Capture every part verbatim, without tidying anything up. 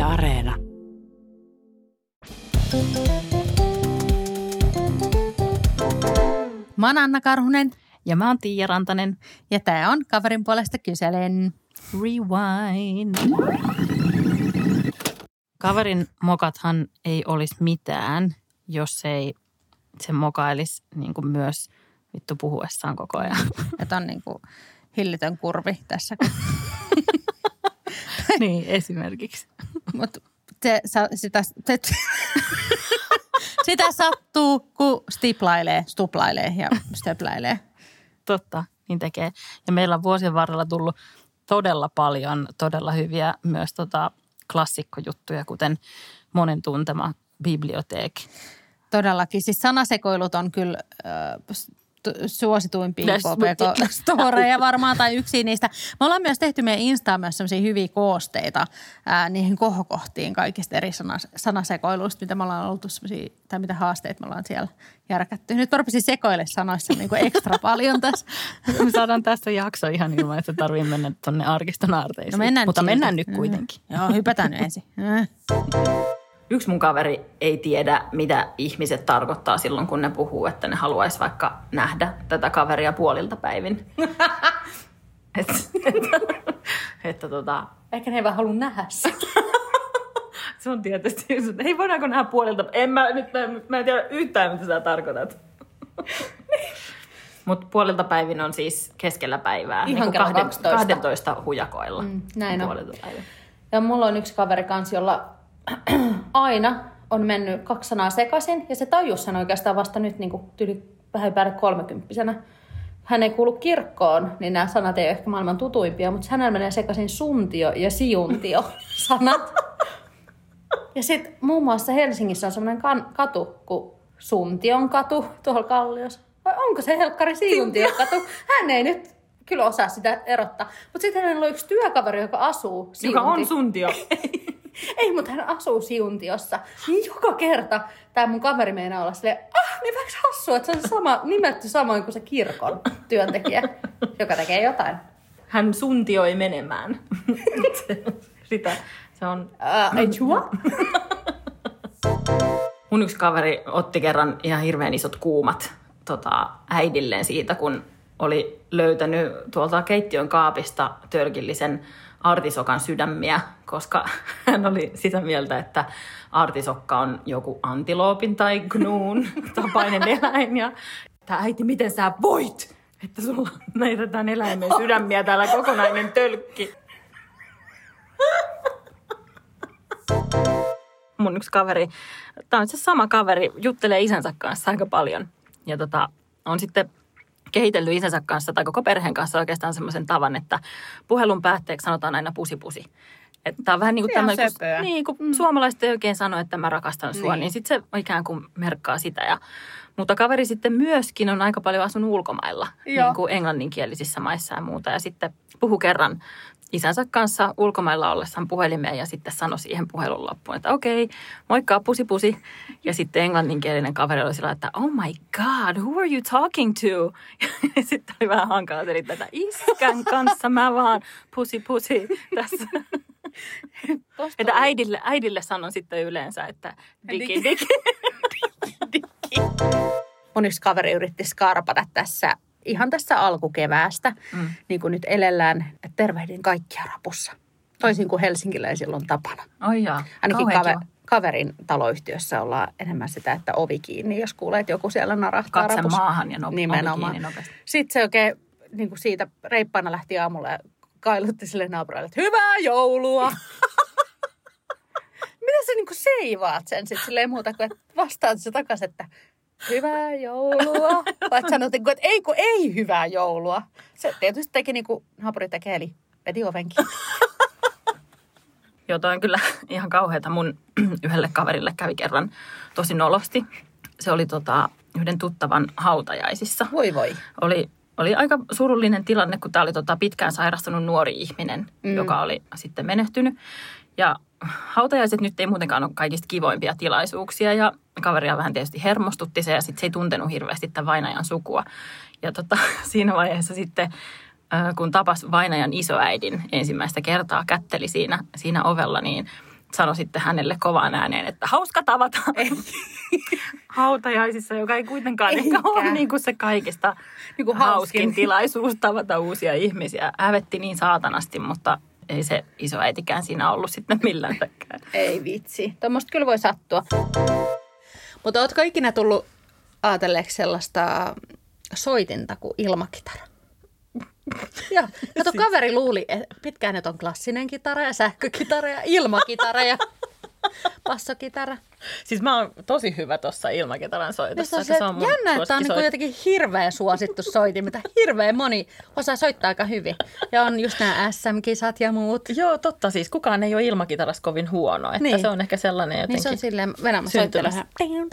Areena. Mä oon Anna Karhunen. Ja mä oon Tiia Rantanen. Ja tää on Kaverin puolesta kyselen. Rewind. Kaverin mokathan ei olisi mitään, jos ei se mokailisi niin kuin myös vittu puhuessaan koko ajan. Että on niin kuin hillitön kurvi tässä. Niin, esimerkiksi. Mutta sitä, sitä, sitä sattuu, kun stiplailee, stuplailee ja stöpläilee. Totta, niin tekee. Ja meillä on vuosien varrella tullut todella paljon todella hyviä myös tota klassikkojuttuja, kuten monen tuntema biblioteek. Todellakin. Siis sanasekoilut on kyllä äh, suosituimpia K P K-storeja varmaan, tai yksi niistä. Me ollaan myös tehty meidän Instaan myös sellaisia hyviä koosteita ää, niihin kohokohtiin kaikista eri sanas, sanasekoiluista, mitä me ollaan oltu sellaisia, tai mitä haasteita me ollaan siellä järkätty. Nyt mä rupesin sekoille sanoissa niin kuin ekstra paljon tässä. Me saadaan tässä jakso ihan ilman, että tarvii mennä tuonne arkiston aarteisiin. No mennään Mutta mennään nyt kuitenkin. Mm. Joo, hypätään nyt ensin. Mm. Yksi mun kaveri ei tiedä, mitä ihmiset tarkoittaa silloin, kun ne puhuu, että ne haluaisi vaikka nähdä tätä kaveria puolilta päivin. että, että, että tota, ehkä ne ei vaan halua nähdä sitä. Se on tietysti, että hei, voidaanko nähdä puolilta? En mä, nyt mä, mä en tiedä yhtään, mitä sä tarkoitat. Mutta puolilta päivin on siis keskellä päivää. Ihan niin kello kahden, kaksitoista. kahdentoista hujakoilla. Mm, näin on. Päivin. Ja mulla on yksi kaveri kanssa, jolla aina on mennyt kaksi sanaa sekaisin. Ja se tajus sen oikeastaan vasta nyt niin kuin tyli vähän päälle kolmekymppisenä. Hän ei kuulu kirkkoon, niin nämä sanat ei ole ehkä maailman tutuimpia, mutta hänellä menee sekaisin suntio ja siuntio sanat. Ja sitten muun muassa Helsingissä on semmoinen katu kuin Suntion katu tuolla Kalliossa. Vai onko se helkkari Siuntion katu? Hän ei nyt kyllä osaa sitä erottaa. Mutta sitten hänellä on yksi työkaveri, joka asuu Siunti. Joka on Suntio. Ei, mutta hän asuu Siuntiossa. Niin joka kerta tämä mun kaveri meinaa olla silleen, ah, niin väks hassua, että se on sama, nimetty samoin kuin se kirkon työntekijä, joka tekee jotain. Hän suntioi menemään. Sitä, se on... Uh, ei chua? Mun yksi kaveri otti kerran ihan hirveän isot kuumat tota, äidilleen siitä, kun oli löytänyt tuolta keittiön kaapista tölkillisen artisokan sydämiä, koska hän oli sitä mieltä, että artisokka on joku antiloopin tai gnuun tapainen eläin. Ja että äiti, miten sä voit, että sulla näytetään eläimen sydämiä täällä kokonainen tölkki. Mun yksi kaveri, tämä on se sama kaveri, juttelee isänsä kanssa aika paljon. Ja tota, on sitten kehitellyt isänsä kanssa tai koko perheen kanssa oikeastaan semmoisen tavan, että puhelun päätteeksi sanotaan aina pusi pusi. Tämä on vähän niin kuin tämmöinen, kun, niin, kun mm. suomalaiset ei oikein sano, että mä rakastan sua, niin, niin sitten se ikään kuin merkkaa sitä. Ja, mutta kaveri sitten myöskin on aika paljon asunut ulkomailla, niin kuin englanninkielisissä maissa ja muuta. Ja sitten puhui kerran isänsä kanssa ulkomailla ollessaan puhelimeen ja sitten sanoi siihen puhelun loppuun, että okei, moikka, pusi pusi. Ja sitten englanninkielinen kaveri oli sillä, että oh my god, who are you talking to? Ja sitten oli vähän hankala selittää, että iskän kanssa mä vaan pusi pusi tässä. Että äidille, äidille sanon sitten yleensä, että diki diki. diki. Mun yksi kaveri yritti skarpata tässä, ihan tässä alkukeväästä, mm. niin kuin nyt elellään, että tervehdin kaikkia rapussa. Toisin kuin helsinkiläisillä on tapana. Oi jaa, ainakin kaver, kaverin taloyhtiössä ollaan enemmän sitä, että ovi kiinni, jos kuulee, että joku siellä narahtaa Katse rapussa. maahan ja no, nimenomaan. Ovi kiinni nopeasti. Sitten se oikein niin kuin siitä reippaana lähti aamulla ja kailutti sille naapurille, että hyvää joulua! Mitä sä niin kuin seivaat sen sitten silleen muuta kuin, että vastaat se takaisin, että hyvää joulua. Vai sanot, että ei kun ei hyvää joulua. Se tietysti teki niin kuin naapuri tekee, eli veti ovenkin. Joo, toi on kyllä ihan kauheata. Mun yhdelle kaverille kävi kerran tosi nolosti. Se oli tota, yhden tuttavan hautajaisissa. Voi voi. Oli, oli aika surullinen tilanne, kun tämä oli tota, pitkään sairastunut nuori ihminen, mm. joka oli sitten menehtynyt. Ja hautajaiset nyt ei muutenkaan ole kaikista kivoimpia tilaisuuksia ja kaveria vähän tietysti hermostutti se ja sitten se ei tuntenut hirveästi tämän vainajan sukua. Ja tota, siinä vaiheessa sitten, kun tapas vainajan isoäidin ensimmäistä kertaa, kätteli siinä, siinä ovella, niin sanoi sitten hänelle kovaan ääneen, että hauska tavata hautajaisissa, joka ei kuitenkaan Eikä. ehkä ole niin kuin se kaikista Niin kuin hauskin hauskin. tilaisuus tavata uusia ihmisiä. Hävetti niin saatanasti, mutta ei se isoäitikään siinä ollut sitten millänsäkään. Ei vitsi. Tuommoista kyllä voi sattua. Mutta ootko ikinä tullut ajatelleeksi sellaista soitinta kuin ilmakitara? Joo. Kato, kaveri luuli, että pitkään nyt on klassinen kitara ja sähkökitara ja ilmakitara ja bassokitara. Siis mä oon tosi hyvä tuossa ilmakitaran soitossa. Se on se, mun jännä, että on niin suosikkisoit- jotenkin hirveän suosittu soitin, mitä hirveän moni osaa soittaa aika hyvin. Ja on just nämä S M-kisat ja muut. Joo, totta siis. Kukaan ei ole ilmakitarassa kovin huono. Että Niin. se on ehkä sellainen jotenkin Niin se on silleen, Venä, mä soittelen vähän.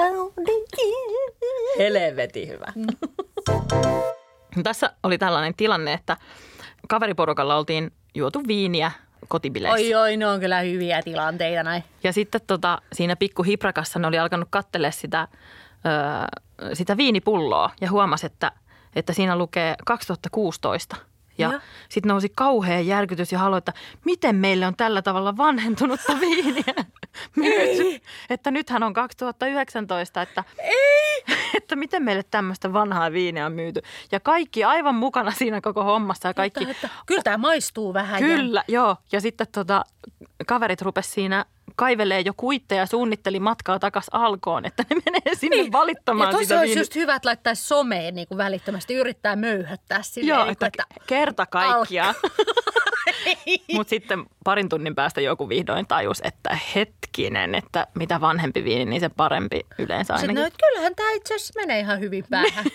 helvetin hyvä. Mm. Tässä oli tällainen tilanne, että kaveriporukalla oltiin juotu viiniä kotibileissä. Oi, oi, ne on kyllä hyviä tilanteita näin. Ja sitten tota, siinä pikku hiprakassa ne oli alkanut katselemaan sitä, öö, sitä viinipulloa ja huomasi, että, että siinä lukee kaksituhattakuusitoista. Ja Joo. sitten nousi kauhea järkytys ja haluaa, että miten meille on tällä tavalla vanhentunutta viiniä myyty. Että nythän on kaksituhattayhdeksäntoista, että, että miten meille tämmöistä vanhaa viiniä on myyty. Ja kaikki aivan mukana siinä koko hommassa. Ja kaikki, Että, kyllä tämä maistuu vähän. kyllä, joo. Ja sitten tota, kaverit rupesi siinä kaivelee jo kuitteja ja suunnitteli matkaa takaisin Alkoon, että ne menee sinne niin. valittamaan ja sitä tuossa olisi viini. just hyvä, että laittaisi someen niin kuin välittömästi, yrittää möyhöttää silleen. Joo, niin että, kuin, että kerta kaikkiaan. Mutta sitten parin tunnin päästä joku vihdoin tajus, että hetkinen, että mitä vanhempi viini, niin se parempi yleensä ainakin. Sitten no, että kyllähän tämä itse asiassa menee ihan hyvin päähän.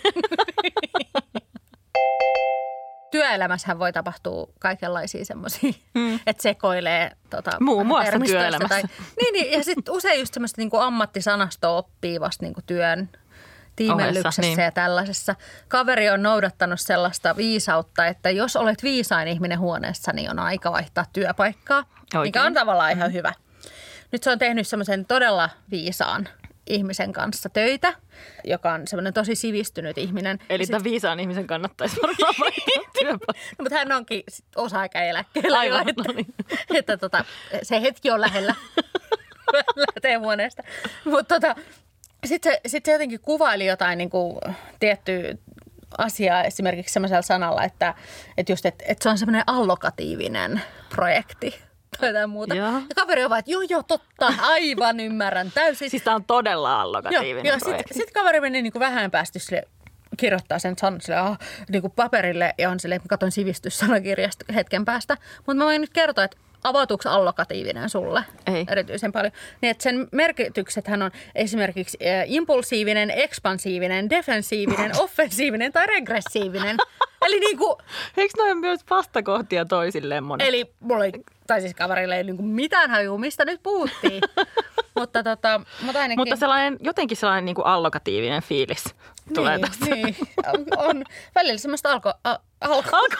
Työelämässähän voi tapahtua kaikenlaisia semmoisia, mm. että sekoilee tota, muun muassa termistöistä työelämässä. Tai, niin, niin, ja sitten usein just semmoista niin kuin ammattisanastoa oppii vasta niin kuin työn tiimellyksessä niin. ja tällaisessa. Kaveri on noudattanut sellaista viisautta, että jos olet viisain ihminen huoneessa, niin on aika vaihtaa työpaikkaa, Oikein. mikä on tavallaan ihan hyvä. Nyt se on tehnyt semmoisen todella viisaan ihmisen kanssa töitä, joka on semmoinen tosi sivistynyt ihminen. Eli tämän viisaan ihmisen kannattaisi varmaan vaihtaa työpaikkaa. No, mutta hän onkin sit osa-aikaeläkkeellä jo, Aivan, että, no niin. että tota, se hetki on lähellä lähtee huoneesta. Mutta tota, sitten se, sit se jotenkin kuvaili jotain niin kuin tiettyä asiaa esimerkiksi semmoisella sanalla, että, että, just, että, että se on semmoinen allokatiivinen projekti tai jotain muuta. Joo. Ja kaveri on vaan, että joo, joo, totta, aivan ymmärrän täysin. Siis tämä on todella allokatiivinen Joo, ja projekti. sitten sit kaveri meni niin kuin vähän päästy sille, kirjoittaa sen sanon sille, ah, niin kuin paperille ja on silleen, että mä katson sivistyssanakirjasta hetken päästä. Mutta mä voin nyt kertoa, että avautuuko allokatiivinen sulle Ei. erityisen paljon. Niin, että sen merkityksethän on esimerkiksi äh, impulsiivinen, ekspansiivinen, defensiivinen, offensiivinen tai regressiivinen. Eli niin kuin, Eikö noin myös vastakohtia toisilleen monet? eli mulla ei, tai siis kaverille ei niin kuin mitään hajua, mistä nyt puhuttiin. mutta, tota, mutta ainakin... Mutta sellainen, jotenkin sellainen niin kuin allokatiivinen fiilis tulee niin, tästä. Niin, on välillä semmoista alko... A, alko... alko.